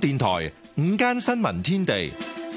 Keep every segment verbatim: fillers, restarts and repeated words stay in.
電台午間新聞天地，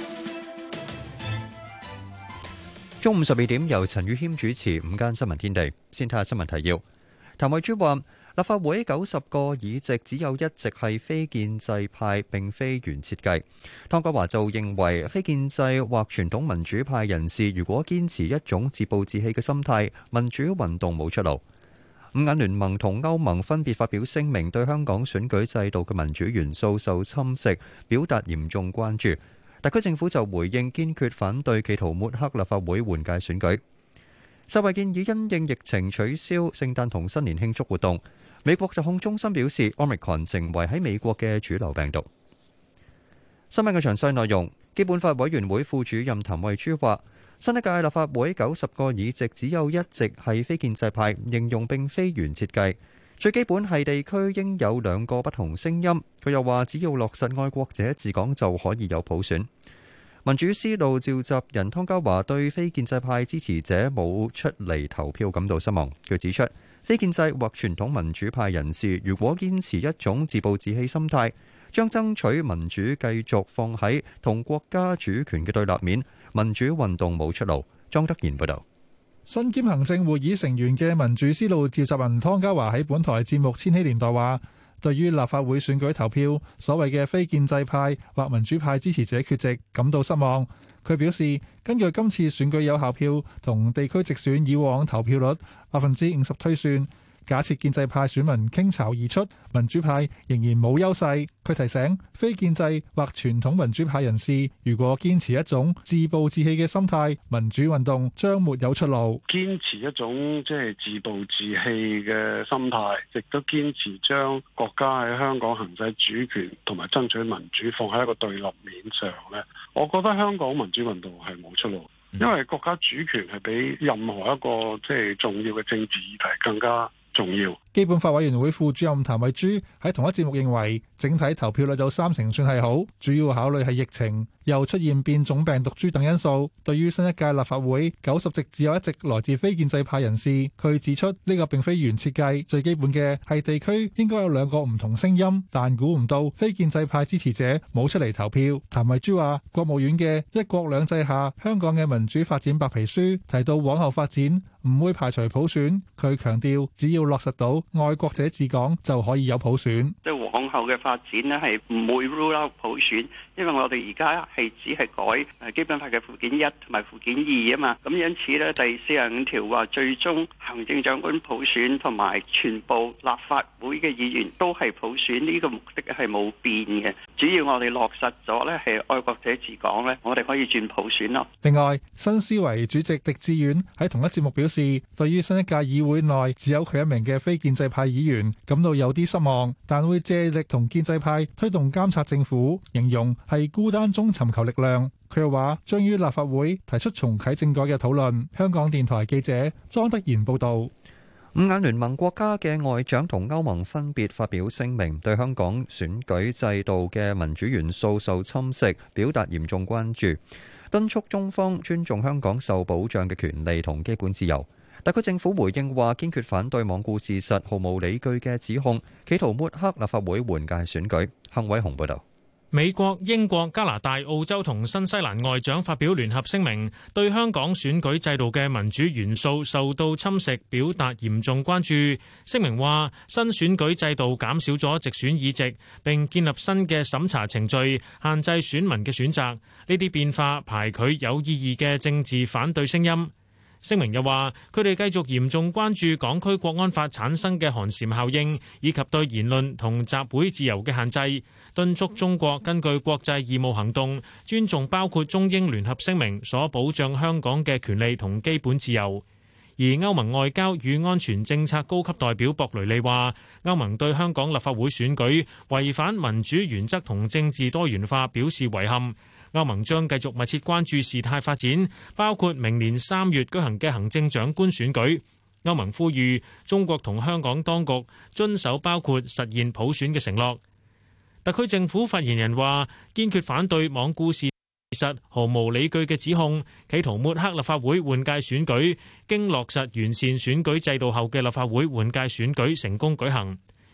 中午十二點由陳宇謙主持午間新聞天地。先睇下新聞提要。譚慧珠話，立法會九十個議席只有一席係非建制派，並非原設計。湯家驊就認為，非建制或傳統民主派人士如果堅持一種自暴自棄嘅心態，民主運動冇出路。五眼聯盟同歐盟分別發表聲明，對香港選舉制度嘅民主元素受侵蝕表達嚴重關注。特區政府就回應，堅決反對企圖抹黑立法會換屆選舉。世衛建議因應疫情取消聖誕同新年慶祝活動。美國疾控中心表示 Omicron 成為喺美國嘅主流病毒。新聞嘅詳細內容，基本法委員會副主任譚慧珠話，新一屆立法會九十個議席只有一席係非建制派，形容並非原設計。最基本係地區應有兩個不同聲音。佢又話，只要落實愛國者治港就可以有普選。民主思路召集人湯家驊對非建制派支持者冇出嚟投票感到失望。佢指出，非建制或傳統民主派人士如果堅持一種自暴自棄心態，將爭取民主繼續放喺同國家主權嘅對立面，民主運動冇出路。莊德賢報導。 身兼行政會議成員嘅民主思路召集人湯家驊喺本台節目《千禧年代》話，對於立法會選舉投票，所謂嘅非建制派或民主派支持者缺席感到失望。佢表示，根據今次選舉有效票同地區直選以往投票率百分之五十推算，假設建制派選民傾巢而出，民主派仍然冇優勢。佢提醒非建制或傳統民主派人士，如果堅持一種自暴自棄嘅心態，民主運動將沒有出路。 堅持一種即係自暴自棄嘅心態，亦都堅持將國家喺香港行使主權同埋爭取民主放喺一個對立面上呢，我覺得香港民主運動係冇出路，因為國家主權係比任何一個即係重要嘅政治議題更加重要。 基本法委員會副主任譚慧珠喺同一節目認為，整體投票率有三成算係好，主要考慮係疫情，又出現變種病毒株等因素。對於新一屆立法會九十席只有一席來自非建制派人士，佢指出呢個並非原設計，最基本嘅係地區應該有兩個唔同聲音，但估唔到非建制派支持者冇出嚟投票。譚慧珠話，國務院嘅一國兩制下香港嘅民主發展白皮書提到往後發展唔會排除普選，佢強調只要落實到愛國者治港就可以有普選。 即係往後嘅發展呢，係唔會 rule out 普選，因為我哋而家係只係改誒基本法嘅附件一同埋附件二啊嘛。咁因此呢，第四十五條話最終行政長官普選同埋全部立法會嘅議員都係普選，呢個目的係冇變嘅。只要我哋落實咗呢係愛國者治港呢，我哋可以轉普選咯。 另外，新思維主席狄志遠喺同一節目表示，對於新一屆議會內只有佢一名嘅非建制派議員感到有啲失望，但會借力同建制派推動監察政府，形容係孤單中尋求力量。佢又話將於立法會提出重啟政改嘅討論。香港電台記者莊德賢報導。 五眼聯盟國家嘅外長同歐盟分別發表聲明，對香港選舉制度嘅民主元素受侵蝕表達嚴重關注，敦促中方尊重香港受保障嘅權利同基本自由。特區政府回應話，堅決反對罔顧事實、毫無理據嘅指控，企圖抹黑立法會換屆選舉。幸偉雄報導。 美國、英國、加拿大、澳洲同新西蘭外長發表聯合聲明，對香港選舉制度嘅民主元素受到侵蝕表達嚴重關注。聲明話，新選舉制度減少咗直選議席，並建立新嘅審查程序，限制選民嘅選擇。呢啲變化排拒有意義嘅政治反對聲音。聲明又話，佢哋繼續嚴重關注港區國安法產生嘅寒蟬效應，以及對言論同集會自由嘅限制，敦促中國根據國際義務行動，尊重包括中英聯合聲明所保障香港嘅權利同基本自由。而歐盟外交與安全政策高級代表博雷利話，歐盟對香港立法會選舉違反民主原則同政治多元化表示遺憾。歐盟將繼續密切關注事態發展，包括明年三月舉行嘅行政長官選舉。歐盟呼籲中國同香港當局遵守包括實現普選嘅承諾。特區政府發言人話，堅決反對罔顧事實、毫無理據嘅指控，企圖抹黑立法會換屆選舉。經落實完善選舉制度後嘅立法會換屆選舉成功舉行。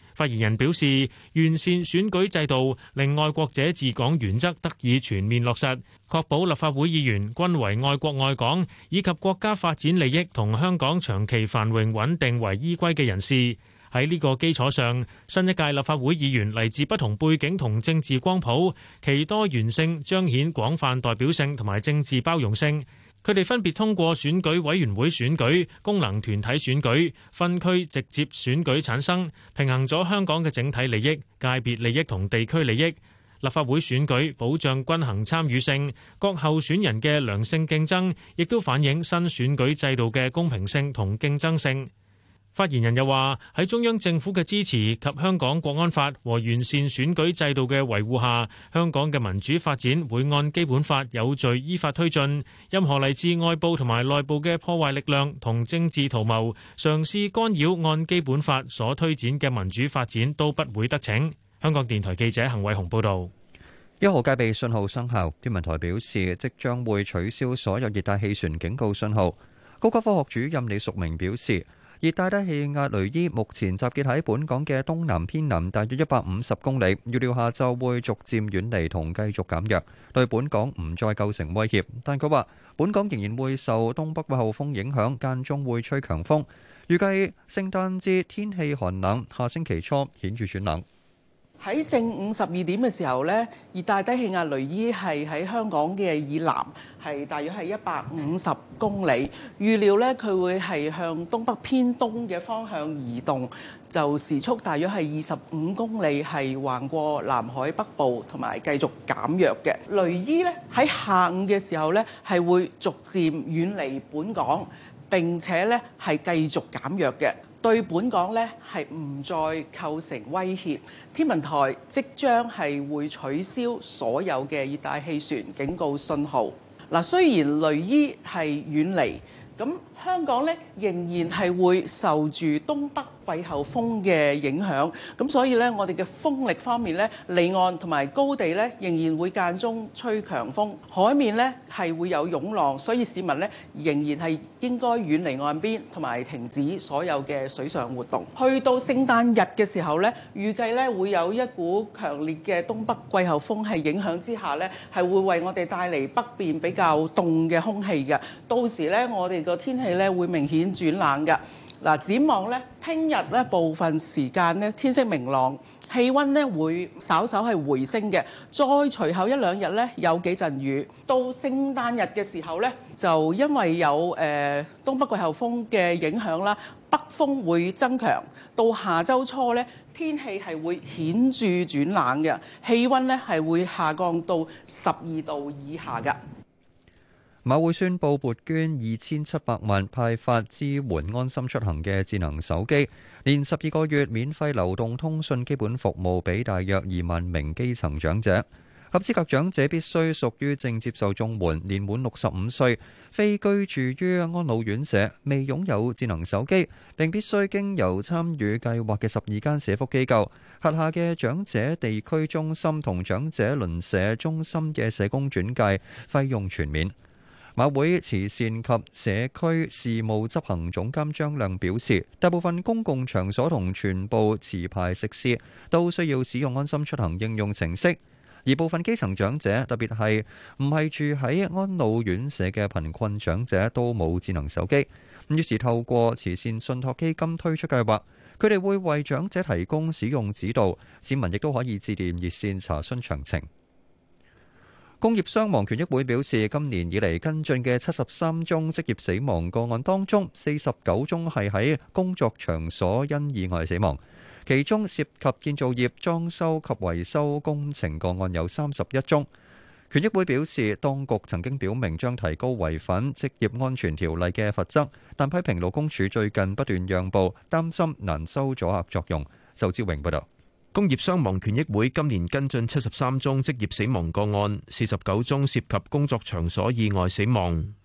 發言人表示，完善選舉制度，令愛國者治港原則得以全面落實，確保立法會議員均為愛國愛港以及國家發展利益同香港長期繁榮穩定為依歸嘅人士。喺呢個基礎上，新一屆立法會議員嚟自不同背景同政治光譜，其多元性彰顯廣泛代表性同埋政治包容性。佢哋分別通過選舉委員會選舉、功能團體選舉、分區直接選舉產生，平衡咗香港嘅整體利益、界別利益同地區利益。立法會選舉保障均衡參與性，各候選人嘅良性競爭，亦都反映新選舉制度嘅公平性同競爭性。發言人又話：喺中央政府嘅支持及香港國安法和完善選舉制度嘅維護下，香港嘅民主發展會按基本法有序依法推進。任何嚟自外部同埋內部嘅破壞力量同政治圖謀，嘗試干擾按基本法所推展嘅民主發展，都不會得逞。香港電台記者陳偉雄報導。 一號戒備信號生效，天文台表示即將會取消所有熱帶氣旋警告信號。高級科學主任李淑明表示，熱帶低氣壓雷伊目前集結喺本港嘅東南偏南大約一百五十公里，預料下晝會逐漸遠離同繼續減弱，對本港唔再構成威脅。但佢話，本港仍然會受東北季候風影響，間中會吹強風。預計聖誕節天氣寒冷，下星期初顯著轉冷。 喺正午十二點嘅時候呢，熱帶低氣壓雷伊係喺香港嘅以南，係大約係一百五十公里。預料呢，佢會係向東北偏東嘅方向移動，就時速大約係二十五公里，係橫過南海北部，同埋繼續減弱嘅。雷伊呢，喺下午嘅時候呢，係會逐漸遠離本港，並且呢係繼續減弱嘅。對本港呢係唔再構成威脅，天文台即將係會取消所有嘅熱帶氣旋警告信號。嗱，雖然雷伊係遠離，咁香港呢仍然係會受住東北季候風嘅影響，咁所以呢，我哋嘅風力方面呢，離岸同埋高地呢仍然會間中吹強風，海面呢係會有湧浪，所以市民呢仍然係應該遠離岸邊同埋停止所有嘅水上活動。去到聖誕日嘅時候呢，預計呢會有一股強烈嘅東北季候風係影響之下呢，係會為我哋帶嚟北邊比較凍嘅空氣嘅。到時呢，我哋個天氣呢會明顯轉冷㗎。嗱，展望咧，聽日咧部分時間咧天色明朗，氣温咧會稍稍係回升嘅。再隨後一兩日咧有幾陣雨。到聖誕日嘅時候咧，就因為有誒、呃、東北季候風嘅影響啦，北風會增強。到下週初咧，天氣係會顯著轉冷嘅，氣温咧係會下降到十二度以下㗎。 馬會宣布撥捐二千七百萬派發支援安心出行嘅智能手機，連十二個月免費流動通訊基本服務俾大約二萬名基層長者。合資格長者必須屬於正接受綜援，年滿六十五歲，非居住於安老院舍，未擁有智能手機，並必須經由參與計劃嘅十二間社福機構轄下嘅長者地區中心同長者鄰舍中心嘅社工轉介，費用全免。馬會慈善及社區事務執行總監張亮表示，大部分公共場所同全部持牌食肆都需要使用安心出行應用程式，而部分基層長者，特別係唔係住喺安老院舍嘅貧困長者都冇智能手機。於是透過慈善信託基金推出計劃，佢哋會為長者提供使用指導，市民亦都可以致電熱線查詢詳情。工業傷亡權益會表示，今年以嚟跟進嘅七十三宗職業死亡個案當中，四十九宗係喺工作場所因意外死亡，其中涉及建造業、裝修及維修工程個案有三十一宗。權益會表示，當局曾經表明將提高違反職業安全條例嘅罰則，但批評勞工處最近不斷讓步，擔心難收阻嚇作用。周志榮報導。 工業傷亡權益會今年跟進七十三宗職業死亡個案，四十九宗涉及工作場所意外死亡。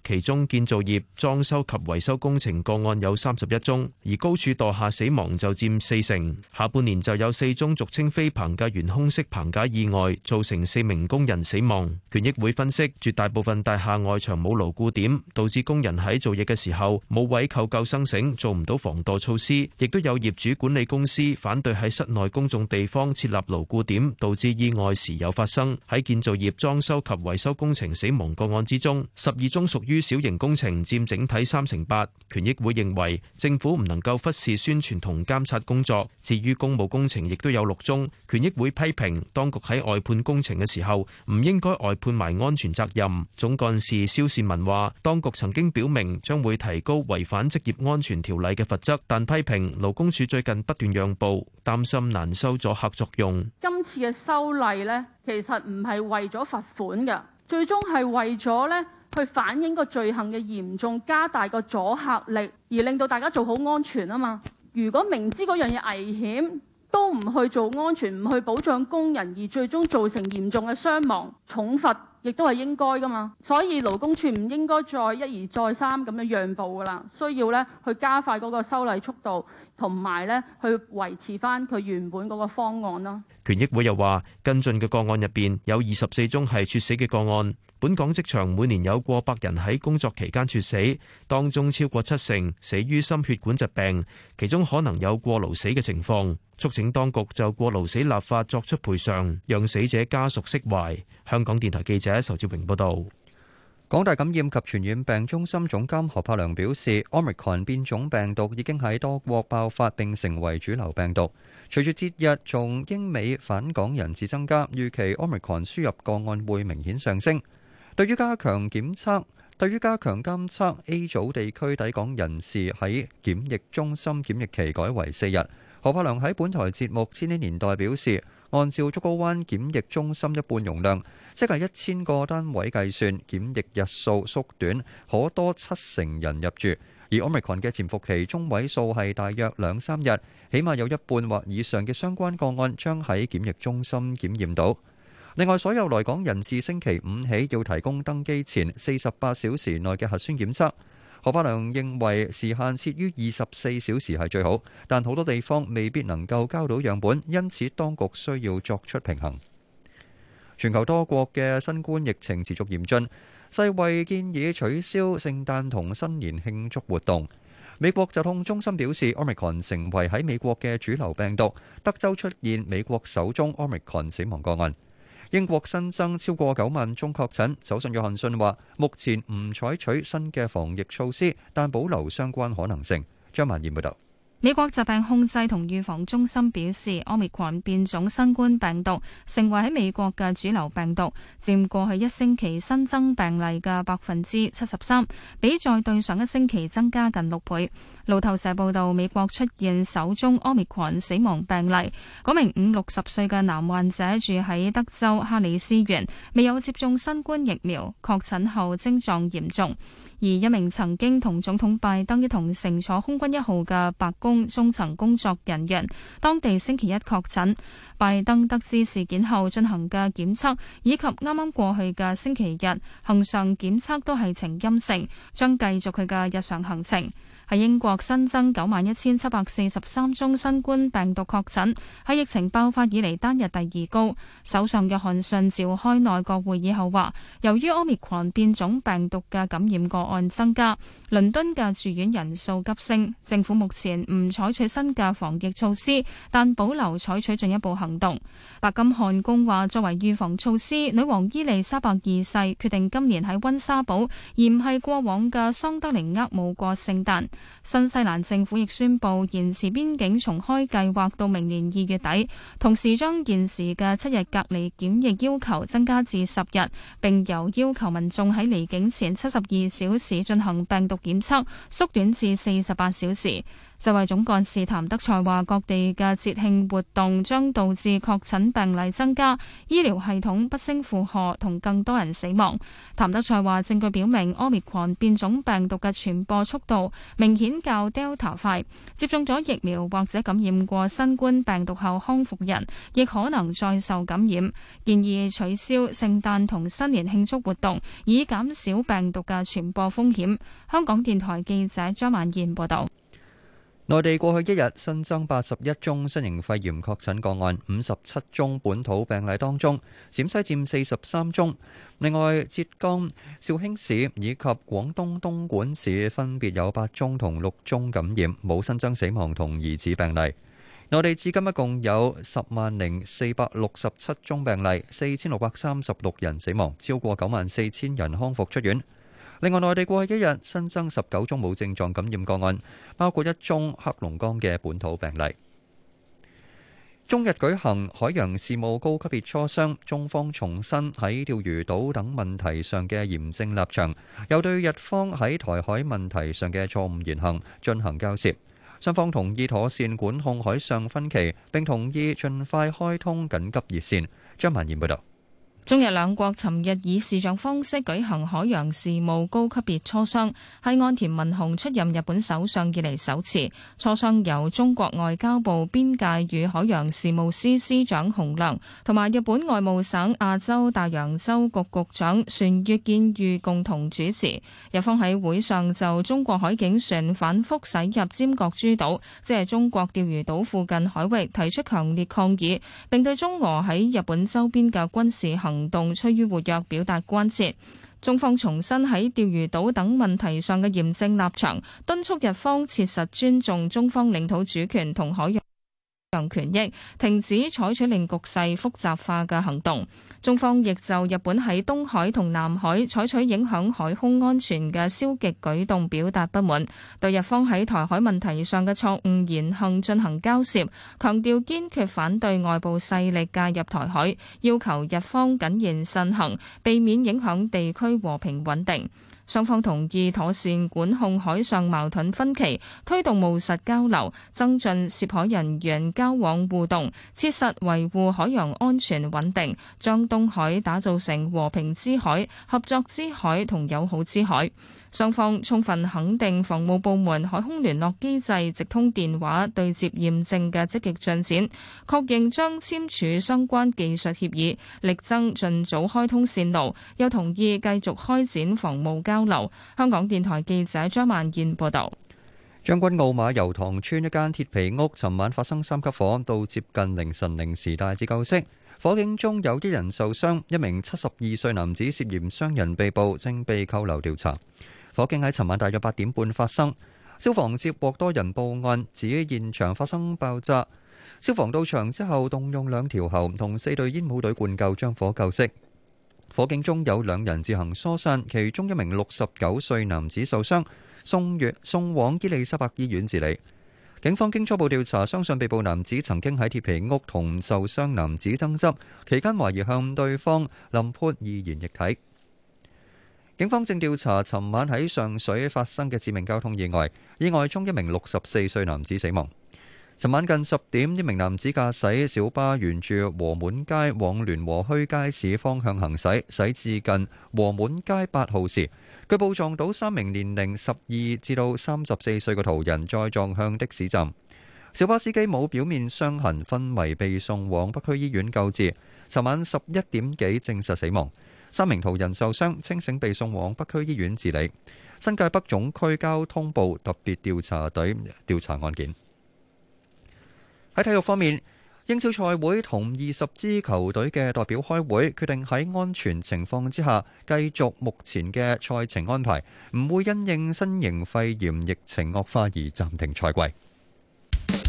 其中建造業、裝修及維修工程個案有三十一宗，而高處墮下死亡就佔四成。下半年就有四宗俗稱飛棚嘅懸空式棚架意外，造成四名工人死亡。權益會分析，絕大部分大廈外牆冇牢固點，導致工人喺做嘢嘅時候冇位扣救生繩，做唔到防墮措施。亦都有業主管理公司反對喺室內公眾地方設立牢固點，導致意外時有發生。喺建造業、裝修及維修工程死亡個案之中，十二宗屬於小型工程，佔整體三成八。權益會認為政府唔能夠忽視宣傳同監察工作。至於公務工程，亦都有六宗。權益會批評當局喺外判工程嘅時候唔應該外判埋安全責任。總幹事蕭倩文話，當局曾經表明將會提高違反職業安全條例嘅罰則，但批評勞工處最近不斷讓步，擔心難收阻嚇作用。 今次嘅修例呢，其實唔係為咗罰款嘅，最終係為咗呢去反映個罪行嘅嚴重，加大個阻嚇力，而令到大家做好安全啊嘛。如果明知嗰樣嘢危險，都唔去做安全，唔去保障工人，而最終造成嚴重嘅傷亡，重罰亦都係應該噶嘛。所以勞工處唔應該再一而再三咁樣讓步噶啦，需要咧去加快嗰個修例速度，同埋咧去維持翻佢原本嗰個方案啦。 權益會又話，跟進嘅個案入邊有二十四宗係猝死嘅個案。本港職場每年有過百人喺工作期間猝死，當中超過七成死於心血管疾病，其中可能有過勞死嘅情況。促請當局就過勞死立法作出賠償，讓死者家屬釋懷。香港電台記者仇志榮報導。 港大感染及傳染病中心總監何柏良表示 ，Omicron 變種病毒已經喺多國爆發並成為主流病毒。隨住節日從英美返港人次增加，預期 Omicron 輸入個案會明顯上升。對於加強檢測，對於加強監測 A 組地區抵港人士喺檢疫中心檢疫期改為四日。何柏良喺本台節目《千禧年代》表示，按照竹篙灣檢疫中心一半容量，即係一千個單位計算，檢疫日數縮短，可多七成人入住。而 Omicron 嘅潛伏期中位數係大約兩三日，起碼有一半或以上嘅相關個案將喺檢疫中心檢驗到。另外，所有來港人士星期五起要提供登機前四十八小時內嘅核酸檢測。何柏良認為時限設於二十四小時係最好，但好多地方未必能夠交到樣本，因此當局需要作出平衡。全球多國嘅新冠疫情持續嚴峻，世衛建議取消聖誕同新年慶祝活動。美國疾控中心表示 ，Omicron 成為喺美國嘅主流病毒，德州出現美國首宗 Omicron 死亡個案。英國新增超過九萬宗確診，首相約翰遜話：目前唔採取新嘅防疫措施，但保留相關可能性。張曼燕報導。 美國疾病控制同預防中心表示 ，Omicron 變種新冠病毒成為喺美國嘅主流病毒，佔過去一星期新增病例嘅百分之七十三，比再對上一星期增加近六倍。路透社報道，美國出現首宗 Omicron 死亡病例，嗰名五六十歲嘅男患者住喺德州哈里斯縣，未有接種新冠疫苗，確診後症狀嚴重。而一名曾經同總統拜登一同乘坐空軍一號嘅白宮中層工作人員，當地星期一確診。拜登得知事件後進行嘅檢測，以及啱啱過去嘅星期日恆常檢測都係呈陰性，將繼續佢嘅日常行程。喺英國新增九萬一千七百四十三宗新冠病毒確診，喺疫情爆發以嚟單日第二高。首相約翰遜召開內閣會議後話，由於 Omicron 變種病毒嘅感染個案增加，倫敦嘅住院人數急升。政府目前唔採取新嘅防疫措施，但保留採取進一步行動。白金漢宮話，作為預防措施，女王伊麗莎白二世決定今年喺溫莎堡，而唔係過往嘅桑德靈厄姆過聖誕。新西蘭政府亦宣布延遲邊境重開計劃到明年二月底，同時將現時嘅七日隔離檢疫要求增加至十日，並由要求民眾喺離境前七十二小時進行病毒檢測縮短至四十八小時。 世衛總幹事譚德塞話，各地嘅節慶活動將導致確診病例增加，醫療系統不勝負荷同更多人死亡。譚德塞話，證據表明 Omicron 變種病毒嘅傳播速度明顯較 Delta 快，接種咗疫苗或者感染過新冠病毒後康復人亦可能再受感染，建議取消聖誕同新年慶祝活動，以減少病毒嘅傳播風險。香港電台記者張曼燕報道。 內地過去一日新增八十一宗新型肺炎確診個案，五十七宗本土病例當中，陝西佔四十三宗。另外，浙江紹興市以及廣東東莞市分別有八宗同六宗感染，冇新增死亡同疑似病例。內地至今一共有十萬零四百六十七宗病例，四千六百三十六人死亡，超過九萬四千人康復出院。另外，內地過去一日新增十九宗冇症狀感染個案，包括一宗黑龍江嘅本土病例。中日舉行海洋事務高級別磋商，中方重申喺釣魚島等問題上嘅嚴正立場，又對日方喺台海問題上嘅錯誤言行進行交涉。雙方同意妥善管控海上分歧，並同意盡快開通緊急熱線。張曼燕報導。 中日兩國尋日以視像方式舉行海洋事務高級別磋商，係岸田文雄出任日本首相以嚟首次。磋商由中國外交部邊界與海洋事務司司長洪亮同埋日本外務省亞洲大洋洲局局長船越健裕共同主持。日方喺會上就中國海警船反覆駛入尖閣諸島，即係中國釣魚島附近海域，提出強烈抗議，並對中俄喺日本周邊嘅軍事行行動趨於活躍，表達關切。中方重申喺釣魚島等問題上嘅嚴正立場，敦促日方切實尊重中方領土主權同海洋權益，停止採取令局勢複雜化嘅行動。中方亦就日本喺東海同南海採取影響海空安全嘅消極舉動表達不滿，對日方喺台海問題上嘅錯誤言行進行交涉，強調堅決反對外部勢力介入台海，要求日方謹言慎行，避免影響地區和平穩定。雙方同意妥善管控海上矛盾分歧，推動務實交流，增進涉海人員交往互動，切實維護海洋安全穩定，將東海打造成和平之海、合作之海同友好之海。雙方充分肯定防務部門海空聯絡機制直通電話對接驗證嘅積極進展，確認將簽署相關技術協議，力爭盡早開通線路，又同意繼續開展防務交流。香港電台記者張曼燕報導。 將軍澳馬油塘村一間鐵皮屋尋晚發生三級火，到接近凌晨零時大致救熄。火警中有一人受傷，一名七十二歲男子涉嫌傷人被捕，正被扣留調查。火警喺尋晚大約八點半發生，消防接獲多人報案，指現場發生爆炸。消防到場之後，動用兩條喉同四隊煙霧隊灌救，將火救熄。火警中有兩人自行疏散，其中一名六十九歲男子受傷，送院送往伊利沙伯醫院治理。警方經初步調查，相信被捕男子曾經喺鐵皮屋同受傷男子爭執，期間懷疑向對方淋潑易燃液體。警方正調查尋晚喺上水發生嘅致命交通意外，意外中一名六十四歲男子死亡。尋晚近十點，一名男子駕駛小巴沿住和滿街往聯和墟街市方向行駛，駛至近和滿街八號時，據報撞到三名年齡十二至到三十四歲嘅途人，再撞向的士站。小巴司機冇表面傷痕，昏迷被送往北區醫院救治，尋晚十一點幾證實死亡。三名途人受傷，清醒被送往北區醫院治理。新界北總區交通部特別調查隊調查案件。喺體育方面，英超賽會同二十支球隊嘅代表開會，決定喺安全情況之下繼續目前嘅賽程安排，唔會因應新型肺炎疫情惡化而暫停賽季。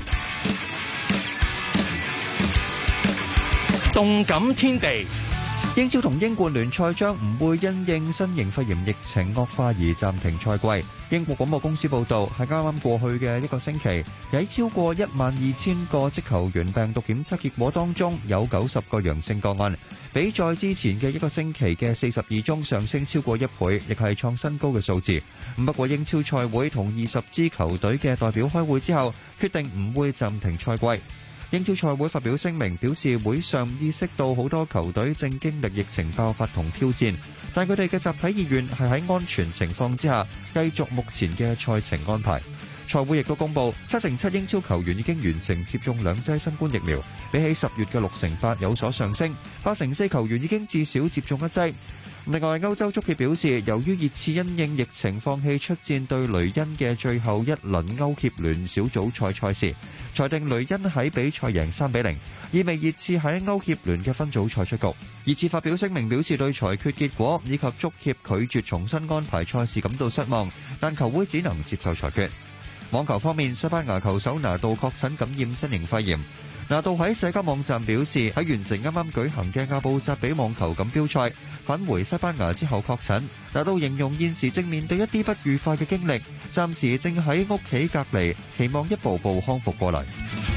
動感天地。 英超同英冠聯賽將唔會因應新型肺炎疫情惡化而暫停賽季。英國廣播公司報導，喺啱啱過去嘅一個星期，喺超過一萬二千個職球員病毒檢測結果當中，有九十個陽性個案，比在之前嘅一個星期嘅四十二宗上升超過一倍，亦係創新高嘅數字。不過英超賽會同二十支球隊嘅代表開會之後，決定唔會暫停賽季。英超賽會發表聲明，表示會上意識到好多球隊正經歷疫情爆發同挑戰，但佢哋嘅集體意願係喺安全情況之下繼續目前嘅賽程安排。賽會亦都公佈，七成七英超球員已經完成接種兩劑新冠疫苗，比起十月嘅六成八有所上升，八成四球員已經至少接種一劑。另外，歐洲足協表示，由於熱刺因應疫情放棄出戰對雷恩嘅最後一輪歐協聯小組賽賽事，裁定雷恩喺比賽贏三比零，意味熱刺喺歐協聯嘅分組賽出局。熱刺發表聲明表示對裁決結果以及足協拒絕重新安排賽事感到失望，但球會只能接受裁決。網球方面，西班牙球手拿度確診感染新型肺炎。拿度喺社交網站表示，喺完成啱啱舉行嘅阿布扎比網球錦標賽返回西班牙之後確診。拿度形容現時正面對一啲不愉快嘅經歷，暫時正喺屋企隔離，期望一步步康復過嚟。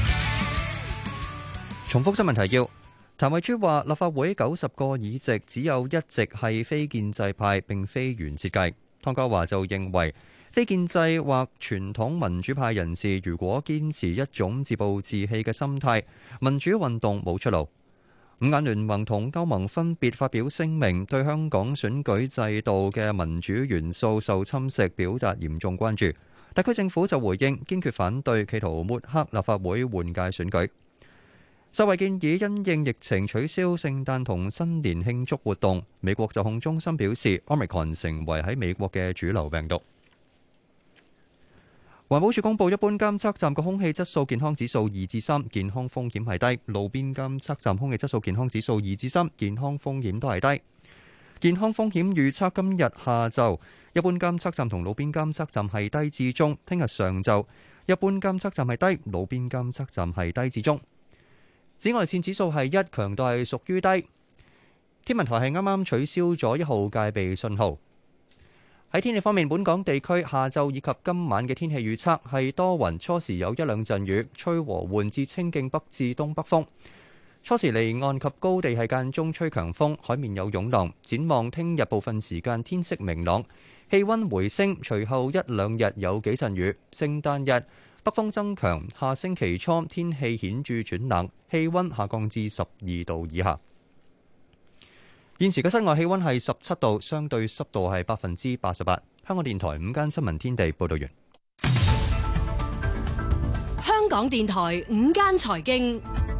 重複新聞提要，譚慧珠話立法會九十個議席只有一席係非建制派，並非原設計。湯家驊就認為，非建制或傳統民主派人士如果堅持一種自暴自棄嘅心態，民主運動冇出路。五眼聯盟同歐盟分別發表聲明，對香港選舉制度嘅民主元素受侵蝕表達嚴重關注。特區政府就回應，堅決反對企圖抹黑立法會換屆選舉。世衛建議因應疫情取消聖誕同新年慶祝活動。美國疾控中心表示 Omicron 成為喺美國嘅主流病毒。環保署公布，一般監測站嘅空氣質素健康指數二至三，健康風險係低；路邊監測站空氣質素健康指數二至三，健康風險都係低。健康風險預測今日下晝，一般監測站同路邊監測站係低至中；聽日上晝，一般監測站係低，路邊監測站係低至中。紫外線指數係一，強度係屬於低。天文台係啱啱取消咗一號戒備信號。喺天氣方面，本港地區下晝以及今晚嘅天氣預測係多雲，初時有一兩陣雨，吹和緩至清勁北至東北風。初時離岸及高地係間中吹強風，海面有湧浪。展望聽日部分時間天色明朗，氣溫回升，隨後一兩日有幾陣雨。聖誕日北風增強，下星期初天氣顯著轉冷，氣溫下降至十二度以下。現時嘅室外氣溫係十七度，相對濕度係百分之八十八。香港電台午間新聞天地報道完。 香港電台午間財經，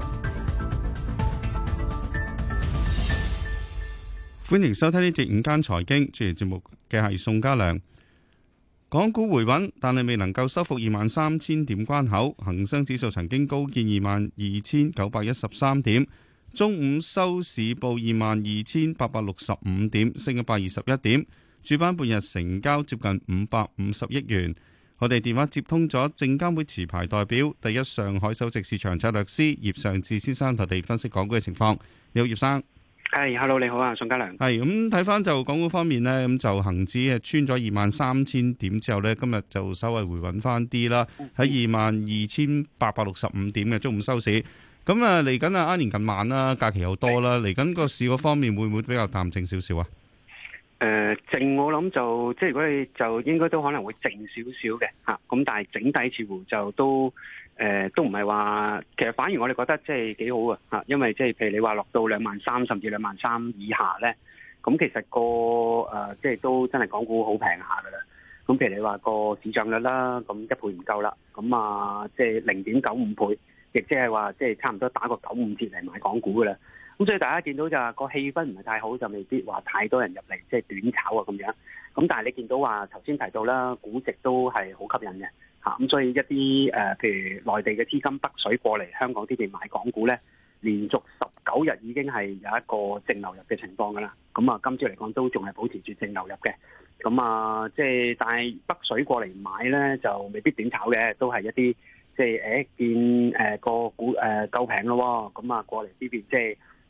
歡迎收聽呢節午間財經，主持節目嘅係宋家良。港股回穩，但係未能夠收復二萬三千點關口。恒生指數曾經高見二萬二千九百一十三點。中午收市報二萬二千八百六十五點，升一百二十一點。主板半日成交接近五百五十億元。我哋電話接通咗證監會持牌代表、第一上海首席市場策略師葉尚志先生，同我哋分析港股嘅情況。你好，葉生。 係、hey，hello，你好啊，宋家良。 係咁睇翻就港股方面呢，咁就恒指係穿咗二萬三千點之後呢，今日就稍微回穩翻啲啦，喺二萬二千八百六十五點嘅中午收市。咁啊，嚟緊啊，一年近晚啦，假期又多啦，嚟緊個市嗰方面會唔會比較淡靜少少啊？ 誒、呃，靜我諗就即係如果你就應該都可能會靜少少嘅吓，咁、啊、但係整體似乎就都誒、呃、都唔係話，其實反而我哋覺得即係幾好啊吓，因為即係譬如你話落到兩萬三甚至兩萬三以下咧，咁其實個誒、呃、即係都真係港股好平下噶啦。咁譬如你話個市賬率啦，咁一倍唔夠啦，咁啊即係零點九五倍。亦即係話，即係差唔多打個九五折嚟買港股噶啦。咁所以大家見到就係個氣氛唔係太好，就未必話太多人入嚟，即係短炒啊咁樣。咁但係你見到話頭先提到啦，估值都係好吸引嘅嚇。咁所以一啲誒，譬如內地嘅資金北水過嚟香港呢邊買港股咧，連續十九日已經係有一個淨流入嘅情況噶啦。咁啊，今朝嚟講都仲係保持住淨流入嘅。咁啊，即係但係北水過嚟買咧，就未必短炒嘅，都係一啲。即係誒見誒個股誒夠平咯，咁啊過嚟呢邊即係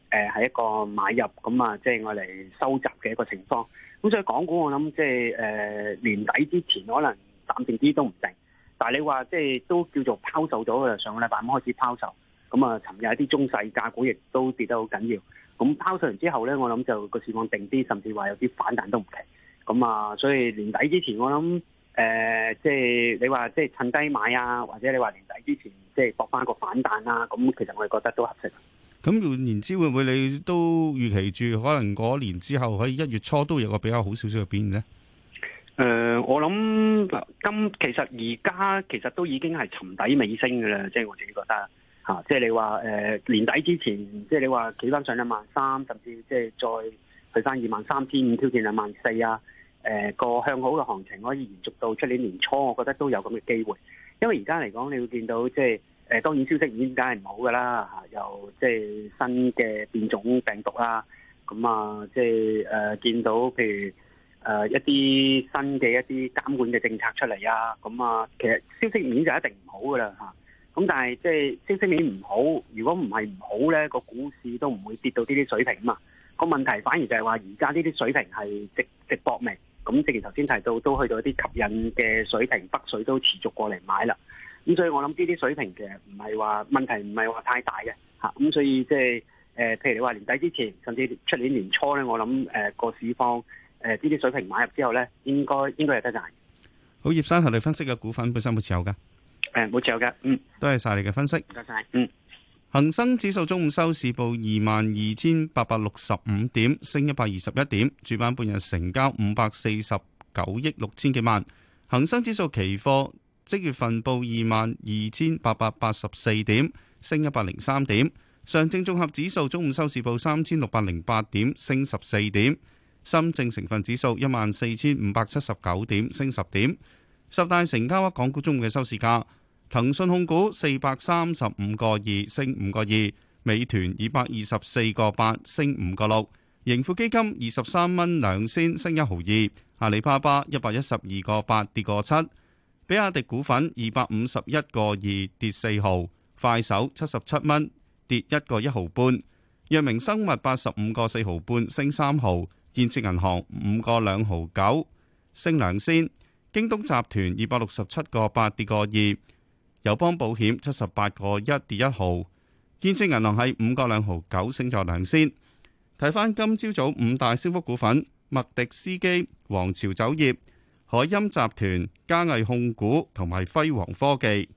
誒係一個買入咁啊，即係我嚟收集嘅一個情況。咁所以港股我諗即係誒年底之前可能暫定啲都唔定，但係你話即係都叫做拋售咗嘅，上個禮拜開始拋售。咁啊，尋日一啲中細價股亦都跌得好緊要。咁拋售完之後咧，我諗就個市況定啲，甚至話有啲反彈都唔奇。咁啊，所以年底之前我諗誒、呃，即係你話即係趁低買啊，或者你話年底之前即係搏翻個反彈啦。咁其實我哋覺得都合適。 咁換言之，會唔會你都預期住可能嗰年之後喺一月初都有個比較好少少嘅變呢？ 誒、呃，我諗今其實而家其實都已經係沉底尾聲嘅啦，即係我自己覺得。嚇、啊，即係你話誒、呃、年底之前，即係你話企翻上兩萬三，甚至即係再去翻二萬三千五，挑戰兩萬四啊！誒、呃、個向好嘅行情可以延續到出年年初，我覺得都有咁嘅機會。因為而家嚟講，你會見到即係誒、呃、當然消息已經梗係唔好㗎啦嚇，又即係新嘅變種病毒啦，咁啊即係誒、呃、見到譬如誒、呃、一啲新嘅一啲監管嘅政策出嚟啊，咁啊其實消息面就一定唔好㗎啦嚇。咁但係即係消息面唔好，如果唔係唔好咧，個股市都唔會跌到呢啲水平嘛。個問題反而就係話，而家呢啲水平係值值博未？咁正如頭先提到，都去到一啲吸引嘅水平，北水都持續過嚟買啦。咁所以我諗呢啲水平其實唔係話問題，唔係話太大嘅嚇。咁所以即係誒，譬如你話年底之前，甚至出年年初咧，我諗誒個市況誒呢啲水平買入之後咧，應該應該有得賺。 好，葉生，同你分析嘅股份本身有冇持有㗎？ 誒，冇持有嘅，嗯， 多謝晒你嘅分析，唔該晒，嗯。 恒生指數中午收市報二萬二千八百六十五點，升一百二十一點，主板半日成交五百四十九億六千幾萬。恒生指數期貨即月份報二萬二千八百八十四點，升一百零三點。上證綜合指數中午收市報三千六百零八點，升十四點。深證成分指數一萬四千五百七十九點，升十點。十大成交額港股中午嘅收市價。騰訊控股四百三十五個二升五個二，美團二百二十四個八升五個六，盈富基金二十三蚊兩仙升一毫二，阿里巴巴一百一十二個八跌個七，比亞迪股份二百五十一個二跌四毫，快手七十七蚊跌一個一毫半，藥明生物八十五個四毫半升三毫，建設銀行五個兩毫九升兩仙，京東集團二百六十七個八跌個二。友邦保險七十八個一跌一毫，建設銀行係五個兩毫九升咗兩仙。睇翻今朝早五大升幅股份：麥迪斯基、皇朝酒業、海音集團、嘉藝控股同埋輝煌科技。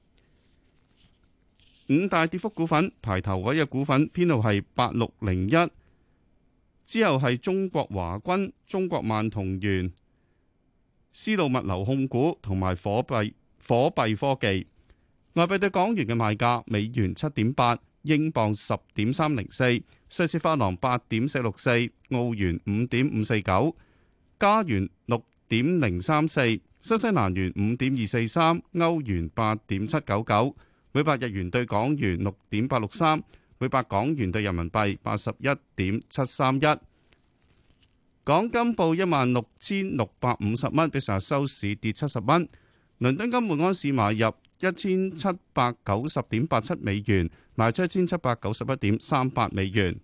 五大跌幅股份排頭位嘅股份編號係八六零一，之後係中國華軍、中國萬同源、絲路物流控股同埋火幣火幣科技。外幣對港元嘅賣價：美元七點八，英鎊十點三零四，瑞士法郎八點四六四，澳元五點五四九，加元六點零三四，新西蘭元五點二四三，歐元八點七九九，每百日元對港元六點八六三，每百港元對人民幣八十一點七三一。港金報一萬六千六百五十蚊，比上日收市跌七十蚊。倫敦金每安士買入一千七百九十點八七美元，賣出一千七百九十一點三八美元。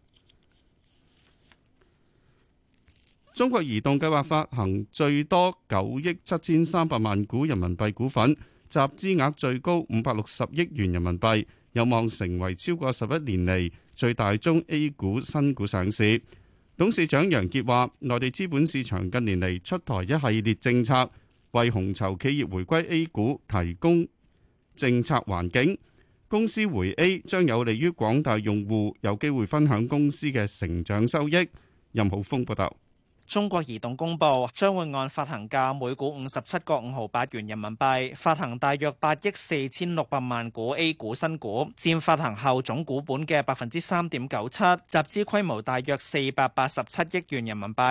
中國移動計劃發行最多九億七千三百萬股人民幣股份，集資額最高五百六十億元人民幣，有望成為超過十一年嚟最大宗 A 股新股上市。董事長楊傑話，內地資本市場近年嚟出台一系列政策，為紅籌企業回歸 A 股提供政策環境，公司回 A 將有利於廣大用戶有機會分享公司嘅成長收益。任浩峰報道。 中國移動公布將會按發行價每股五十七個五毫八元人民幣發行大約八億四千六百萬股 A 股新股，佔發行後總股本嘅百分之三點九七，集資規模大約四百八十七億元人民幣。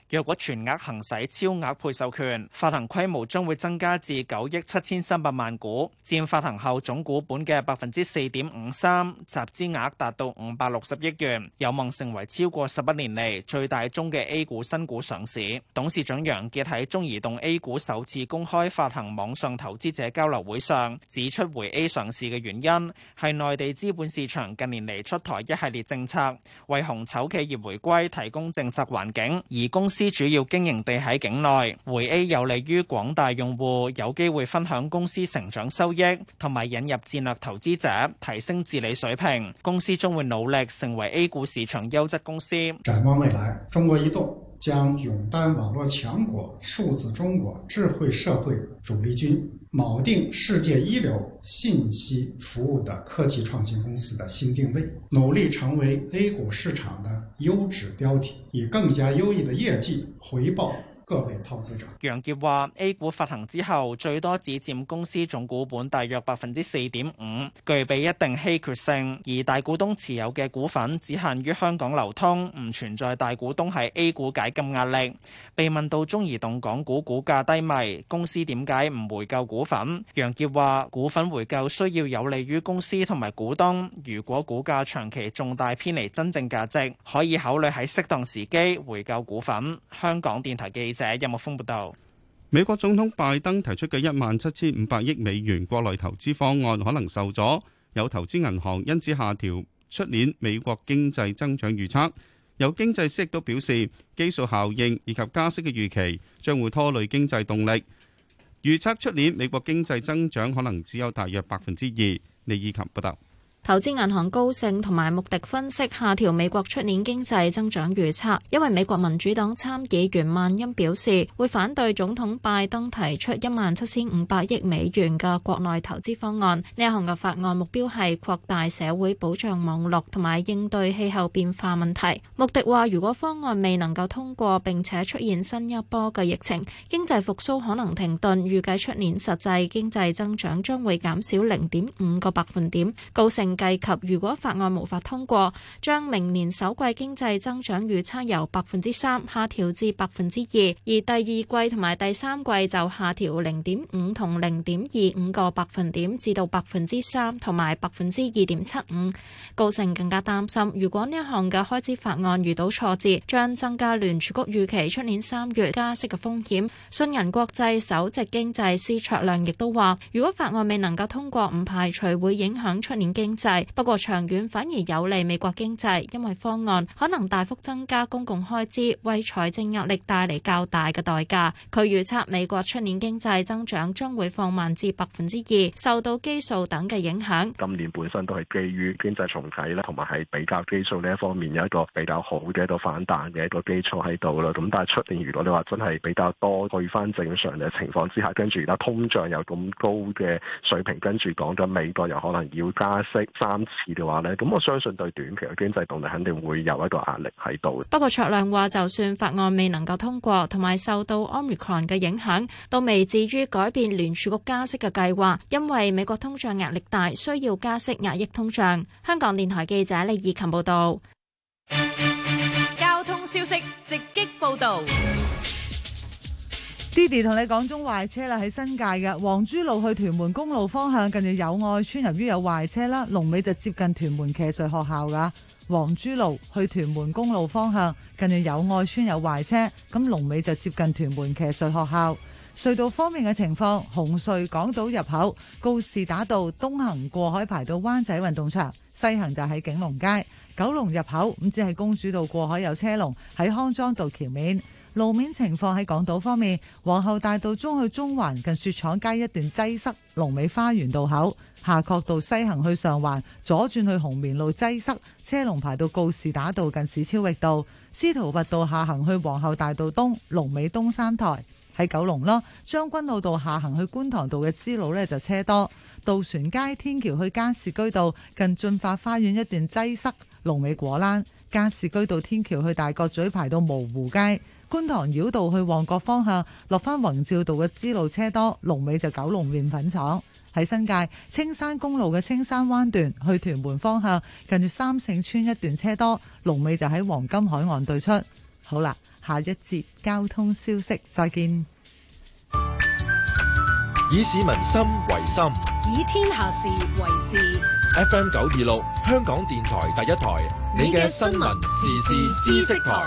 若果全額行使超額配售權，發行規模將會增加至九億七千三百萬股，佔發行後總股本嘅百分之四點五三，集資額達到五百六十億元，有望成為超過十一年嚟最大宗嘅 A 股新股上市。董事長楊傑喺中移動 A 股首次公開發行網上投資者交流會上指出，回 A 上市嘅原因係內地資本市場近年嚟出台一系列政策，為紅籌企業回歸提供政策環境，而公司主要經營地喺境內，回 A 有利於廣大用戶有機會分享公司成長收益，同埋引入戰略投資者，提升治理水平。公司將會努力成為 A 股市場優質公司。 展望未來，中國移動將勇擔網絡強國、數字中國、智慧社會主力軍，錨定世界一流信息服務的科技創新公司的新定位，努力成為 A 股市場的優質標的，以更加優異的業績回報各位投資者。 楊傑話 A 股發行之後，最多只佔公司總股本大約百分之四點五，具備一定稀缺性。而大股東持有嘅股份只限於香港流通，唔存在大股東喺 A 股解禁壓力。被問到中移動港股股價低迷，公司點解唔回購股份？楊傑話股份回購需要有利於公司同埋股東，如果股價長期重大偏離真正價值，可以考慮喺適當時機回購股份。香港電台記者任木峰報道。 美國總統拜登提出嘅一萬七千五百億美元國內投資方案可能受阻，有投資銀行因此下調出年美國經濟增長預測。有經濟師亦都表示，基數效應以及加息嘅預期將會拖累經濟動力，預測出年美國經濟增長可能只有大約百分之二。李以琴報道。 投資銀行高盛同埋穆迪分析下調美國出年經濟增長預測，因為美國民主黨參議員曼恩表示會反對總統拜登提出一萬七千五百億美元嘅國內投資方案。呢一項嘅法案目標係擴大社會保障網絡同埋應對氣候變化問題。穆迪話，如果方案未能夠通過並且出現新一波嘅疫情，經濟復甦可能停頓，預計出年實際經濟增長將會減少零點五個百分點。高盛計及如果法案無法通過，將明年首季經濟增長預測由百分之三下調至百分之二，而第二季同埋第三季就下調零點五同零點二五個百分點至到百分之三同埋百分之二點七五。高盛更加擔心，如果呢一項嘅開支法案遇到挫折，將增加聯儲局預期出年三月加息嘅風險。信銀國際首席經濟師卓亮亦都話，如果法案未能夠通過，唔排除會影響出年經濟。不過長遠反而有利美國經濟，因為方案可能大幅增加公共開支，為財政壓力帶嚟較大嘅代價。佢預測美國出年經濟增長將會放慢至百分之二，受到基數等嘅影響。 今年本身都係基於經濟重啟啦，同埋係比較基數呢一方面有一個比較好嘅一個反彈嘅一個基礎喺度啦。咁但係出年如果你話真係比較多去翻正常嘅情況之下，跟住而家通脹有咁高嘅水平，跟住講緊美國又可能要加息三次嘅話呢，咁我相信對短期嘅經濟動力肯定會有一個壓力喺度。 不過卓亮話，就算法案未能夠通過，同埋受到 Omicron 嘅影響，都未至於改變聯儲局加息嘅計劃，因為美國通脹壓力大，需要加息壓抑通脹。香港電台記者李以琴報道。 交通消息直擊報道。 Didi 同你講中壞車啦，喺新界嘅黃珠路去屯門公路方向，近住友愛村，由於有壞車啦，龍尾就接近屯門騎術學校噶。黃珠路去屯門公路方向，近住友愛村有壞車，咁龍尾就接近屯門騎術學校。隧道方面嘅情況，紅隧港島入口告士打道東行過海排到灣仔運動場，西行就喺景隆街。九龍入口咁只係公主道過海有車龍，喺康莊道橋面。路面情況喺港島方面，皇后大道中去中環近雪廠街一段擠塞，龍尾花園道口。夏慤道西行去上環，左轉去紅棉路擠塞，車龍排到告士打道近史超域道。司徒拔道下行去皇后大道東，龍尾東山台。喺九龍咯，將軍澳道下行去觀塘道嘅支路呢就車多。渡船街天橋去加士居道近駿發花園一段擠塞，龍尾果欄。加士居道天橋去大角咀排到蕪湖街。觀塘繞道去旺角方向，落返宏照道嘅支路車多，龍尾就九龍麵粉廠。喺新界青山公路嘅青山灣段去屯門方向，近住三聖村一段車多，龍尾就喺黃金海岸對出。 好啦，下一節交通消息再見。 以市民心為心， 以天下事為事。 F M 九二六，香港電台第一台，你嘅新聞時事知識台。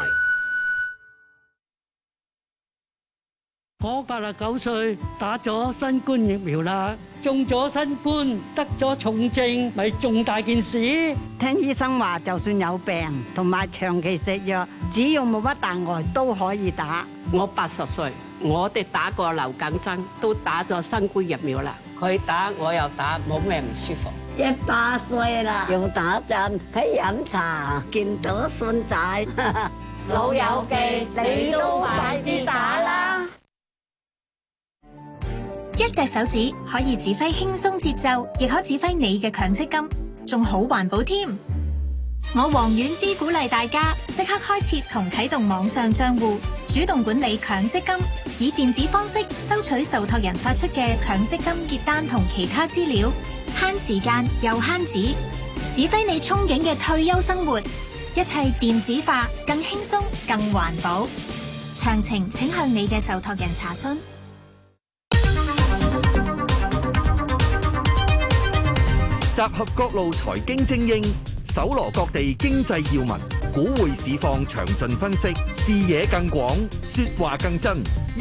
我八十九歲，打咗新冠疫苗啦，中咗新冠，得咗重症，咪重大件事。 聽醫生話，就算有病同埋長期食藥，只要冇乜大礙都可以打。 我八十歲，我哋打過流感針，都打咗新冠疫苗啦。佢打，我又打，冇咩唔舒服。 一百歲啦，又打針，喺飲茶，見到孫仔， 老友記，你都快啲打啦！ 一隻手指可以指揮輕鬆節奏，亦可指揮你嘅強積金，仲好環保添。我黃婉芝鼓勵大家即刻開設同啟動網上賬戶，主動管理強積金，以電子方式收取受託人發出嘅強積金結單同其他資料，慳時間又慳紙，指揮你憧憬嘅退休生活，一切電子化，更輕鬆更環保。詳情請向你嘅受託人查詢。 集合各路財經精英，搜羅各地經濟要聞，股匯市況詳盡分析，視野更廣，說話更真。